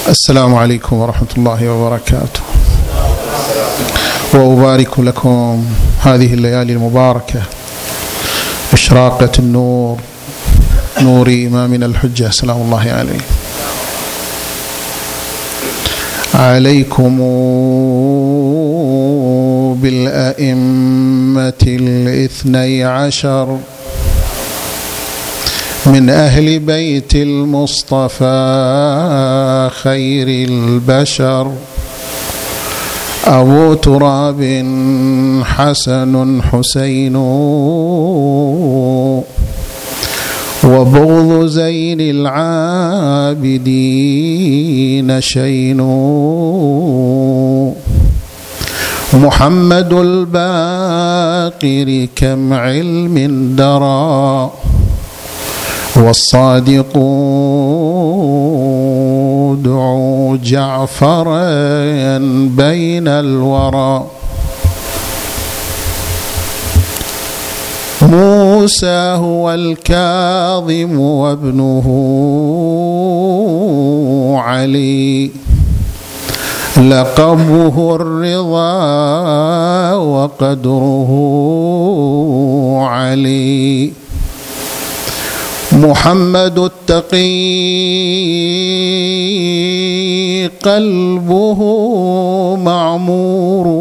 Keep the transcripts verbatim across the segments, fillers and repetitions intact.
السلام عليكم ورحمة الله وبركاته، وأبارك لكم هذه الليالي المباركة إشراقة النور، نور إمامنا الحجة سلام الله عليه. عليكم بالأئمة الاثني عشر من أهل بيت المصطفى خير البشر، أبو تراب حسن حسين، وبغض زين العابدين شين، محمد الباقر كم علم درى، والصادق دعوا جعفرا بين الورى، موسى هو الكاظم وابنه علي، لقبه الرضا وقدره علي، محمد التقي قلبه معمور،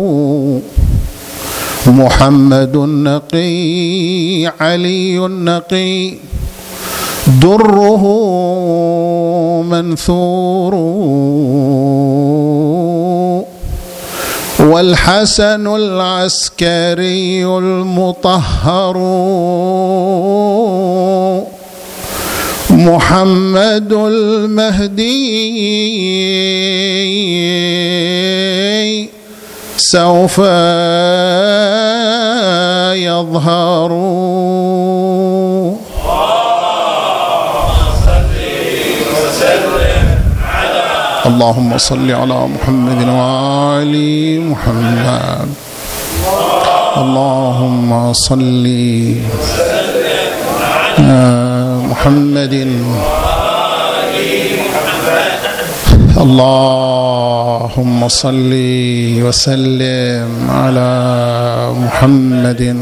محمد النقي علي النقي دره منثور، والحسن العسكري المطهر، محمد المهدي سوف يظهر. اللهم صل على محمد وآل محمد. اللهم صل محمد، اللهم صل وسلم على محمد.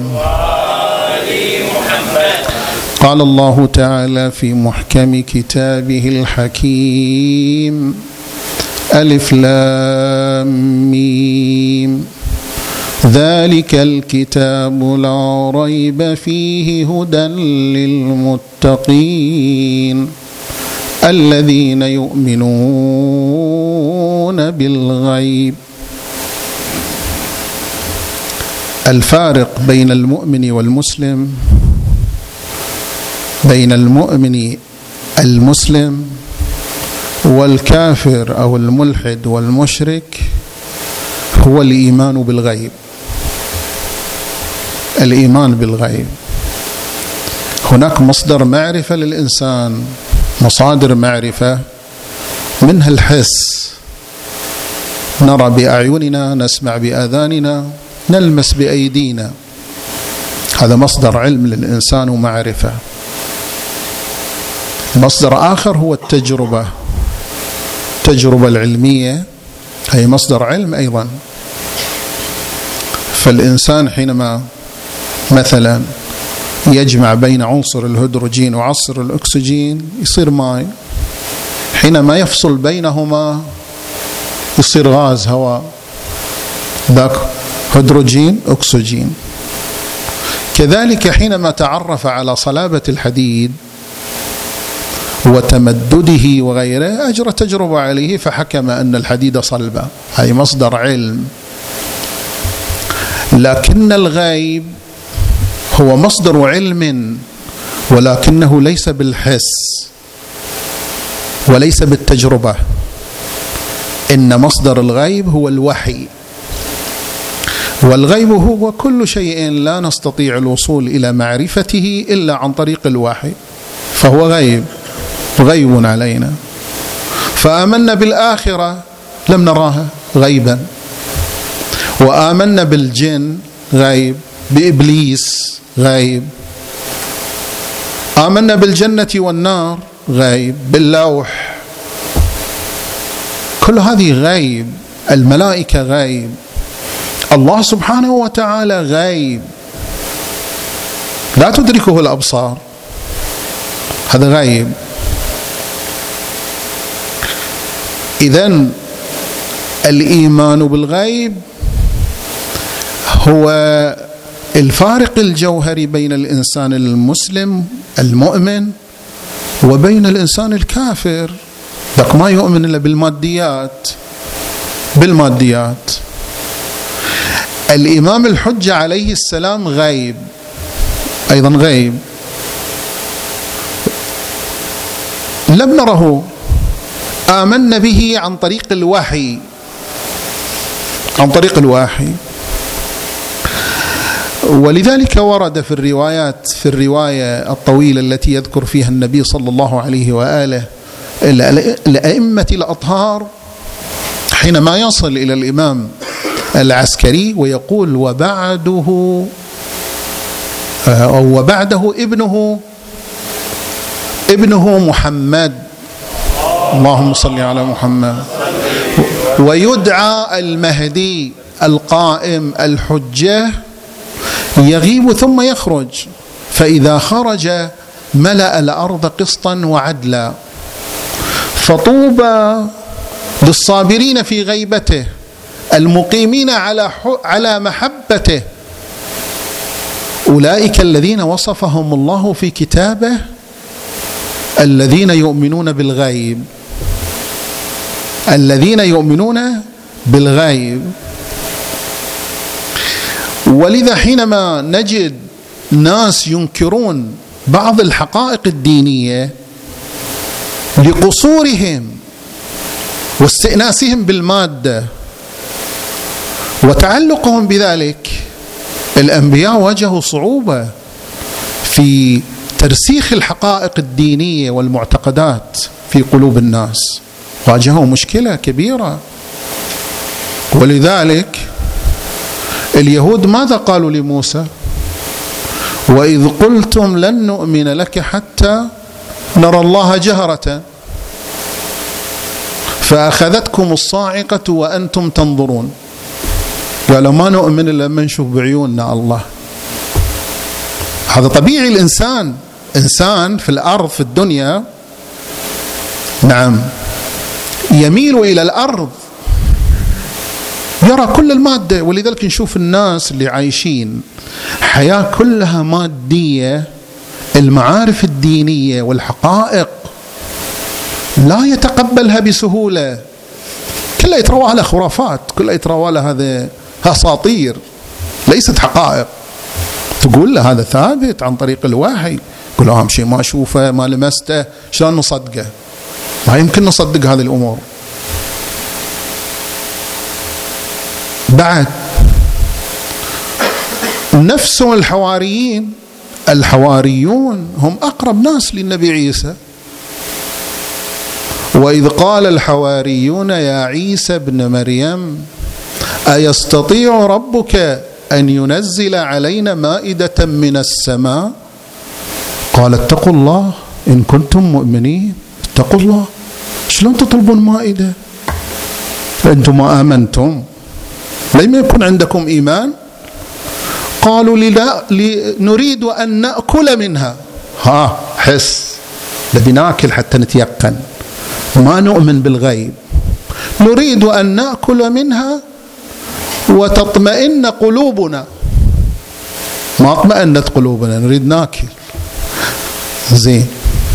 قال الله تعالى في محكم كتابه الحكيم: ألف لام ميم، ذلك الكتاب لا ريب فيه هدى للمتقين الذين يؤمنون بالغيب. الفارق بين المؤمن والمسلم، بين المؤمن المسلم والكافر أو الملحد والمشرك هو الإيمان بالغيب. الإيمان بالغيب، هناك مصدر معرفة للإنسان، مصادر معرفة، منها الحس، نرى بأعيننا، نسمع بآذاننا، نلمس بأيدينا، هذا مصدر علم للإنسان ومعرفة. مصدر آخر هو التجربة، التجربة العلمية هي مصدر علم أيضا. فالإنسان حينما مثلا يجمع بين عنصر الهيدروجين وعنصر الأكسجين يصير ماء، حينما يفصل بينهما يصير غاز هواء، ذاك هيدروجين أكسجين. كذلك حينما تعرف على صلابة الحديد وتمدده وغيره أجرى تجربة عليه فحكم أن الحديد صلبة، هذه مصدر علم. لكن الغيب هو مصدر علم ولكنه ليس بالحس وليس بالتجربة، إن مصدر الغيب هو الوحي، والغيب هو كل شيء لا نستطيع الوصول إلى معرفته إلا عن طريق الوحي، فهو غيب، غيب علينا. فآمنا بالآخرة لم نراها غيبا، وآمنا بالجن غيب، بإبليس غيب، آمنا بالجنة والنار غيب، باللوح كل هذه غيب. الملائكة غيب، الله سبحانه وتعالى غيب لا تدركه الأبصار، هذا غيب. إذن الإيمان بالغيب هو الفارق الجوهري بين الإنسان المسلم المؤمن وبين الإنسان الكافر، ذاك ما يؤمن إلا بالماديات بالماديات. الإمام الحجة عليه السلام غيب، أيضا غيب، لم نره، آمنا به عن طريق الوحي عن طريق الوحي ولذلك ورد في الروايات في الرواية الطويلة التي يذكر فيها النبي صلى الله عليه وآله الأئمة الأطهار حينما يصل إلى الإمام العسكري ويقول وبعده أو وبعده ابنه ابنه محمد، اللهم صل على محمد، ويدعى المهدي القائم الحجة، يغيب ثم يخرج، فإذا خرج ملأ الأرض قسطا وعدلا، فطوبى للصابرين في غيبته المقيمين على على محبته، أولئك الذين وصفهم الله في كتابه الذين يؤمنون بالغيب الذين يؤمنون بالغيب. ولذا حينما نجد ناس ينكرون بعض الحقائق الدينية لقصورهم واستئناسهم بالمادة وتعلقهم بذلك، الأنبياء واجهوا صعوبة في ترسيخ الحقائق الدينية والمعتقدات في قلوب الناس، واجهوا مشكلة كبيرة. ولذلك اليهود ماذا قالوا لموسى؟ وإذ قلتم لن نؤمن لك حتى نرى الله جهرة فأخذتكم الصاعقة وأنتم تنظرون، قالوا ما نؤمن إلا لما نشوف بعيوننا الله. هذا طبيعي، الإنسان إنسان في الأرض في الدنيا نعم يميل إلى الأرض، يرى كل المادة. ولذلك نشوف الناس اللي عايشين حياة كلها مادية، المعارف الدينية والحقائق لا يتقبلها بسهولة، كلها يتروى على خرافات، كلها يتروى على هذا أساطير ليست حقائق. تقول له هذا ثابت عن طريق الوحي، يقول له أهم شيء ما أشوفه ما لمسته، شلون نصدقه؟ ما يمكن نصدق هذه الأمور. بعد نفسهم الحواريين الحواريون هم أقرب ناس للنبي عيسى، وإذ قال الحواريون يا عيسى ابن مريم أيستطيع ربك أن ينزل علينا مائدة من السماء؟ قال اتقوا الله إن كنتم مؤمنين. اتقوا الله، شلون تطلبون مائدة أنتم ما آمنتم؟ لم يكن عندكم إيمان؟ قالوا لا نريد أن نأكل منها. ها حس نبي ناكل حتى نتيقن، ما نؤمن بالغيب، نريد أن نأكل منها وتطمئن قلوبنا. ما اطمئنت قلوبنا، نريد ناكل. زين،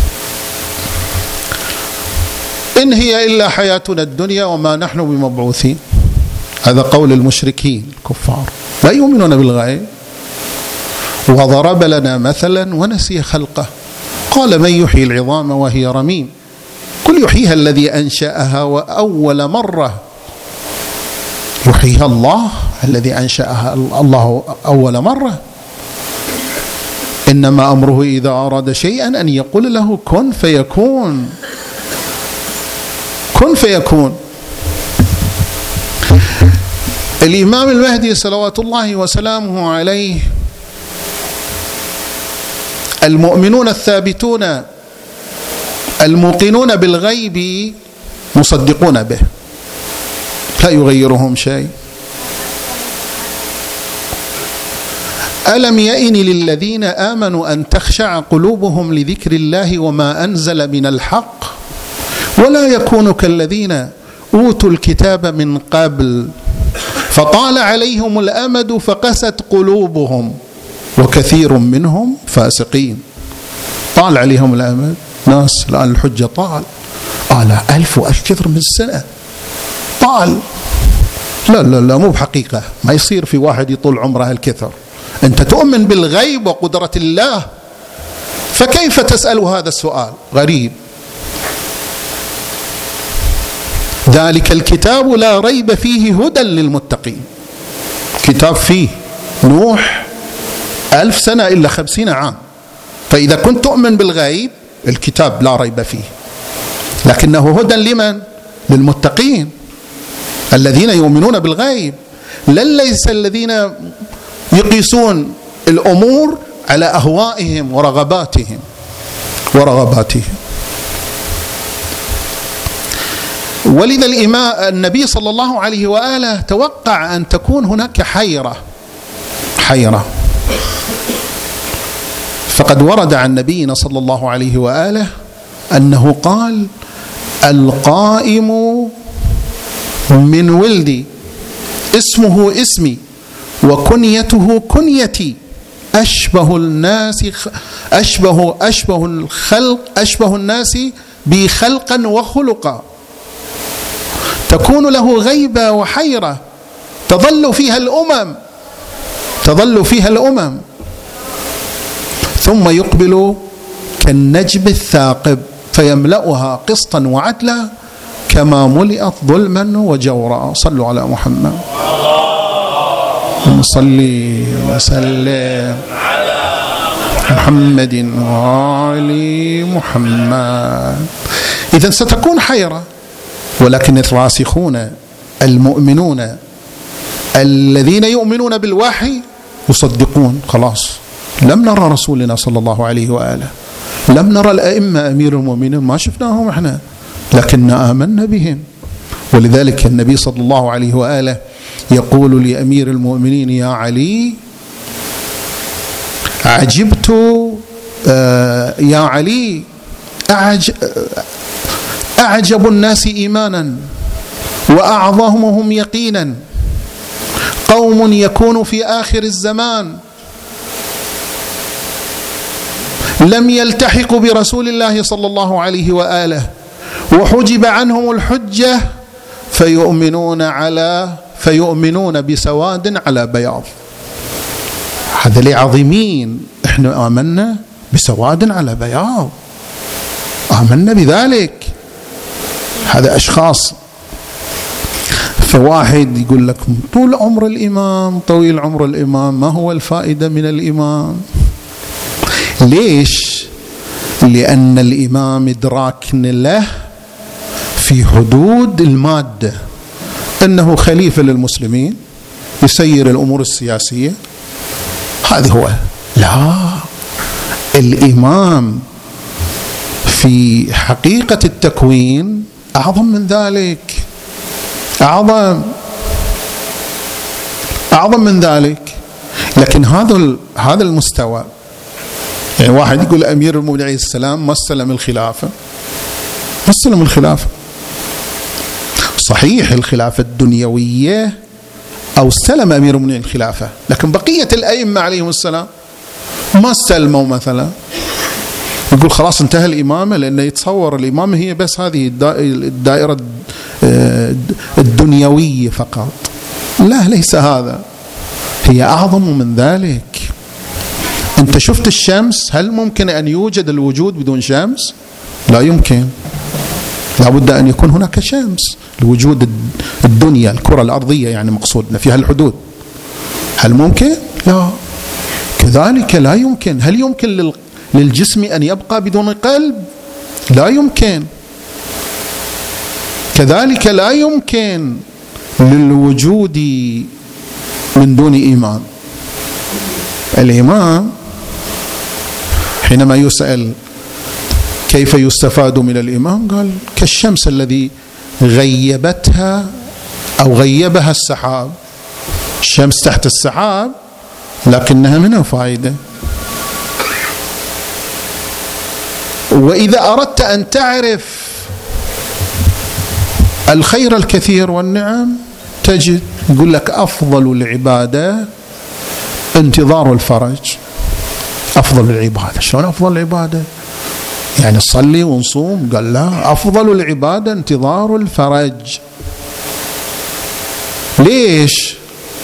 إن هي إلا حياتنا الدنيا وما نحن بمبعوثين. هذا قول المشركين الكفار، لا يؤمنون بالغيب. وضرب لنا مثلا ونسي خلقه قال من يحيي العظام وهي رميم قل يحييها الذي أنشأها وأول مرة. يحييها الله الذي أنشأها الله أول مرة. إنما أمره إذا أراد شيئا أن يقول له كن فيكون، كن فيكون. الإمام المهدي صلوات الله وسلامه عليه المؤمنون الثابتون الموقنون بالغيب مصدقون به، لا يغيرهم شيء. ألم يئن للذين آمنوا أن تخشع قلوبهم لذكر الله وما أنزل من الحق ولا يكونوا كالذين أوتوا الكتاب من قبل فطال عليهم الأمد فقست قلوبهم وكثير منهم فاسقين. طال عليهم الأمد، ناس الآن الحجة طال على ألف وأكثر من سنة طال. لا لا لا، مو بحقيقة، ما يصير في واحد يطول عمره هالكثر. أنت تؤمن بالغيب وقدرة الله، فكيف تسأل هذا السؤال؟ غريب. ذلك الكتاب لا ريب فيه هدى للمتقين. كتاب فيه نوح ألف سنة إلا خمسين عام، فإذا كنت تؤمن بالغيب الكتاب لا ريب فيه، لكنه هدى لمن؟ للمتقين الذين يؤمنون بالغيب، ليس الذين يقيسون الأمور على أهوائهم ورغباتهم ورغباتهم. ولذا الإمام النبي صلى الله عليه وآله توقع أن تكون هناك حيرة حيرة فقد ورد عن نبينا صلى الله عليه وآله أنه قال: القائم من ولدي اسمه اسمي وكنيته كنيتي أشبه الناس أشبه أشبه الخلق أشبه الناس بي خلقا وخلقا، تكون له غيبة وحيرة تظل فيها الأمم تظل فيها الأمم ثم يقبل كالنجم الثاقب فيملأها قسطا وعدلا كما ملئت ظلما وجورا. صلوا على محمد. صلي وسلم على محمد وعلي محمد. إذن ستكون حيرة، ولكن الراسخون المؤمنون الذين يؤمنون بالوحي يصدقون. خلاص، لم نرى رسولنا صلى الله عليه وآله، لم نرى الأئمة أمير المؤمنين، ما شفناهم احنا، لكن آمنا بهم. ولذلك النبي صلى الله عليه وآله يقول لأمير المؤمنين: يا علي عجبت آه يا علي أعج أعجب الناس إيمانا وأعظمهم يقينا قوم يكون في آخر الزمان لم يلتحقوا برسول الله صلى الله عليه وآله وحجب عنهم الحجة فيؤمنون على فيؤمنون بسواد على بياض. هذا لعظيمين، احنا آمنا بسواد على بياض، آمنا بذلك. هذا أشخاص. فواحد يقول لك طول عمر الإمام، طويل عمر الإمام، ما هو الفائدة من الإمام؟ ليش؟ لأن الإمام إدراك له في حدود المادة أنه خليفة للمسلمين يسير الأمور السياسية، هذا هو. لا، الإمام في حقيقة التكوين أعظم من ذلك، أعظم أعظم من ذلك. لكن هذا هذا المستوى، يعني واحد يقول أمير المؤمنين عليه السلام ما استلم الخلافة، ما استلم الخلافة. صحيح الخلافة الدنيوية أو استلم أمير المؤمنين الخلافة، لكن بقية الأئمة عليهم السلام ما استلموا. مثلا يقول خلاص انتهى الإمامة، لأنه يتصور الإمامة هي بس هذه الدائرة الدنيوية فقط. لا، ليس هذا، هي أعظم من ذلك. أنت شفت الشمس؟ هل ممكن أن يوجد الوجود بدون شمس؟ لا يمكن، لا بد أن يكون هناك شمس. الوجود الدنيا الكرة الأرضية يعني مقصودنا فيها الحدود، هل ممكن؟ لا. كذلك لا يمكن، هل يمكن للجسم أن يبقى بدون قلب؟ لا يمكن. كذلك لا يمكن للوجود من دون إيمان. الإمام حينما يسأل كيف يستفاد من الإمام قال: كالشمس الذي غيبتها أو غيبها السحاب. الشمس تحت السحاب لكنها منها فائدة. وإذا أردت أن تعرف الخير الكثير والنعم تجد يقول لك أفضل العبادة انتظار الفرج. أفضل العبادة، شلون أفضل العبادة؟ يعني نصلي ونصوم؟ قال لا، أفضل العبادة انتظار الفرج. ليش؟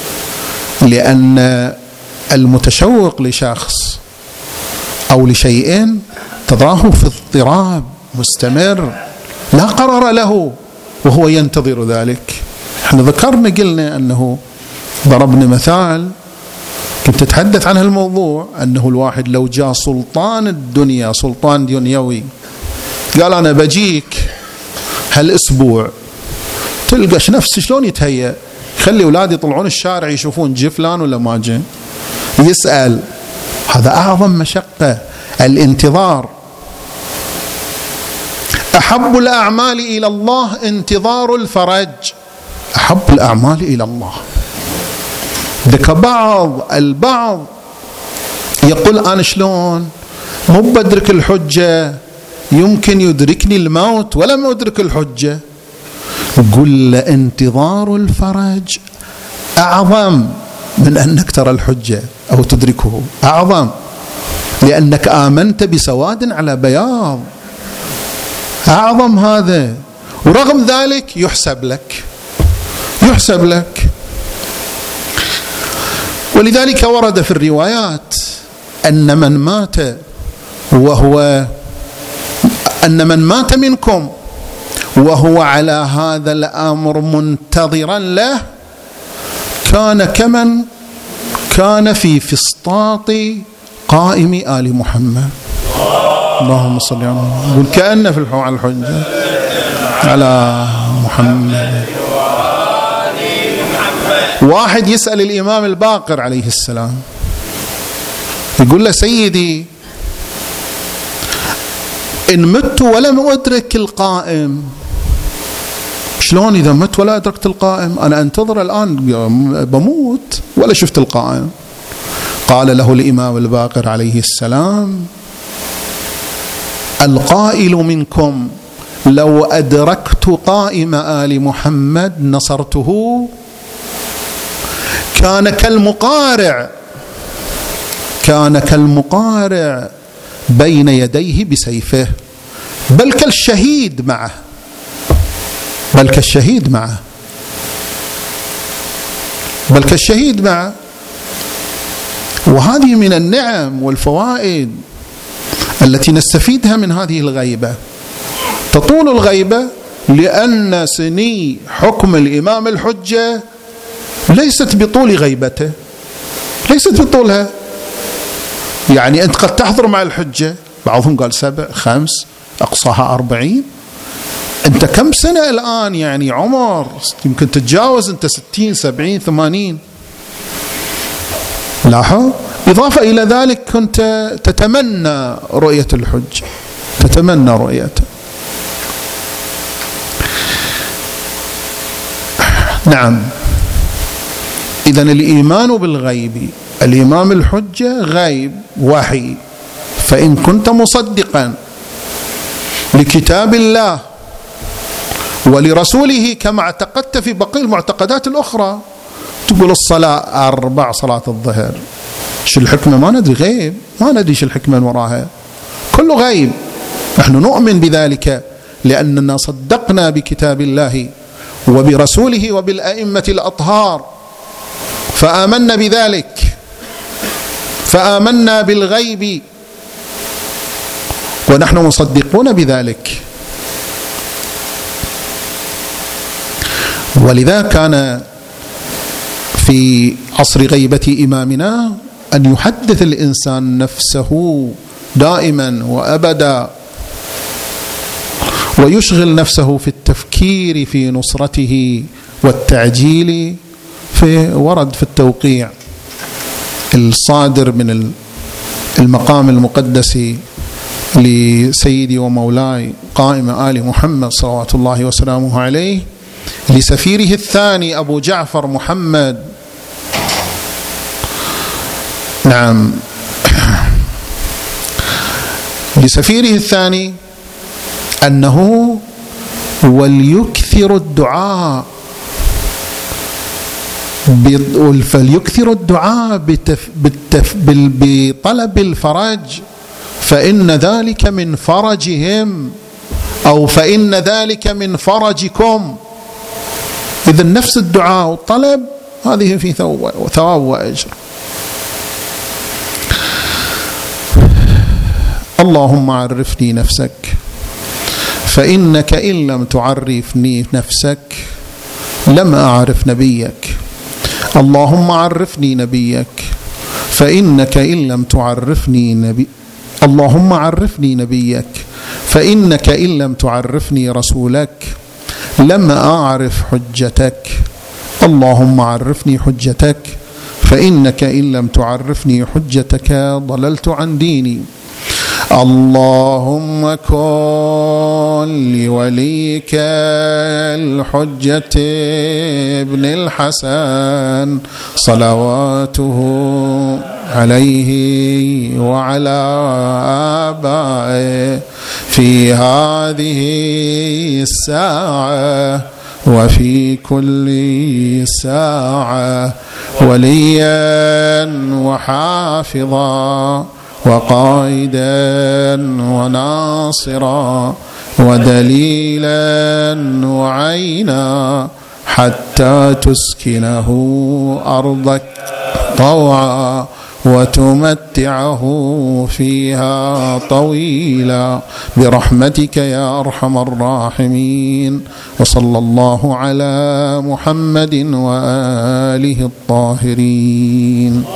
لأن المتشوق لشخص أو لشيء تراه في اضطراب مستمر لا قرار له وهو ينتظر ذلك. احنا ذكرنا قلنا أنه ضربنا مثال، كنت أتحدث عن هالموضوع، أنه الواحد لو جاء سلطان الدنيا، سلطان دنيوي، قال أنا بجيك هالأسبوع، تلقى نفسه شلون يتهيأ؟ خلي أولادي يطلعون الشارع يشوفون جي فلان ولا ما جي، يسأل. هذا أعظم مشقة، الانتظار. أحب الأعمال إلى الله انتظار الفرج. أحب الأعمال إلى الله. ذكر بعض البعض يقول أنا شلون مو بدرك الحجة، يمكن يدركني الموت ولم أدرك الحجة. قل انتظار الفرج أعظم من أنك ترى الحجة أو تدركه، أعظم، لأنك آمنت بسواد على بياض، أعظم هذا. ورغم ذلك يحسب لك، يحسب لك. ولذلك ورد في الروايات أن من مات وهو أن من مات منكم وهو على هذا الأمر منتظرا له كان كمن كان في فسطاط قائم آل محمد. اللهم صل على محمد. يقول كأن في الحجة على محمد. واحد يسأل الإمام الباقر عليه السلام، يقول له سيدي إن مت ولم أدرك القائم، شلون إذا مت ولا أدركت القائم؟ أنا أنتظر الآن بموت ولا شفت القائم. قال له الإمام الباقر عليه السلام القائل منكم لو أدركت قائم آل محمد نصرته كان كالمقارع كان كالمقارع بين يديه بسيفه، بل كالشهيد معه بل كالشهيد معه بل كالشهيد معه. وهذه من النعم والفوائد التي نستفيدها من هذه الغيبة. تطول الغيبة لأن سني حكم الإمام الحجة ليست بطول غيبته، ليست بطولها. يعني أنت قد تحضر مع الحجة، بعضهم قال سبع خمس أقصاها أربعين، أنت كم سنة الآن؟ يعني عمر يمكن تتجاوز أنت ستين سبعين ثمانين. لاحظ، إضافة إلى ذلك كنت تتمنى رؤية الحج، تتمنى رؤيته. نعم، إذن الإيمان بالغيب، الإمام الحجة غيب وحي. فإن كنت مصدقا لكتاب الله ولرسوله كما اعتقدت في بقية المعتقدات الأخرى، تقول الصلاة أربع صلاة الظهر، شو الحكمة؟ ما ندري، غيب، ما ندري شو الحكمة وراها، كله غيب. نحن نؤمن بذلك لأننا صدقنا بكتاب الله وبرسوله وبالأئمة الأطهار، فآمنا بذلك، فآمنا بالغيب ونحن مصدقون بذلك. ولذا كان في عصر غيبة إمامنا أن يحدث الإنسان نفسه دائما وأبدا، ويشغل نفسه في التفكير في نصرته والتعجيل. في ورد في التوقيع الصادر من المقام المقدس لسيدي ومولاي قائم آل محمد صلوات الله وسلامه عليه، لسفيره الثاني أبو جعفر محمد، نعم، لسفيره الثاني أنه وليكثر الدعاء فليكثر الدعاء بتف بتف بطلب الفرج، فإن ذلك من فرجهم، أو فإن ذلك من فرجكم. إذن نفس الدعاء والطلب هذه في ثواب وأجر. اللهم عرفني نفسك، فإنك إن لم تعرفني نفسك لم أعرف نبيك. اللهم عرفني نبيك، فإنك إن لم تعرفني نبي اللهم عرفني نبيك، فإنك إن لم تعرفني رسولك لم أعرف حجتك. اللهم عرفني حجتك، فإنك إن لم تعرفني حجتك ضللت عن ديني. اللهم كن لوليك الحجة ابن الحسن صلواته عليه وعلى آبائه في هذه الساعة وفي كل ساعة وليا وحافظا وقائدا وناصرا ودليلا وعينا، حتى تسكنه أرضك طوعا وتمتعه فيها طويلا، برحمتك يا أرحم الراحمين. وصلى الله على محمد وآله الطاهرين.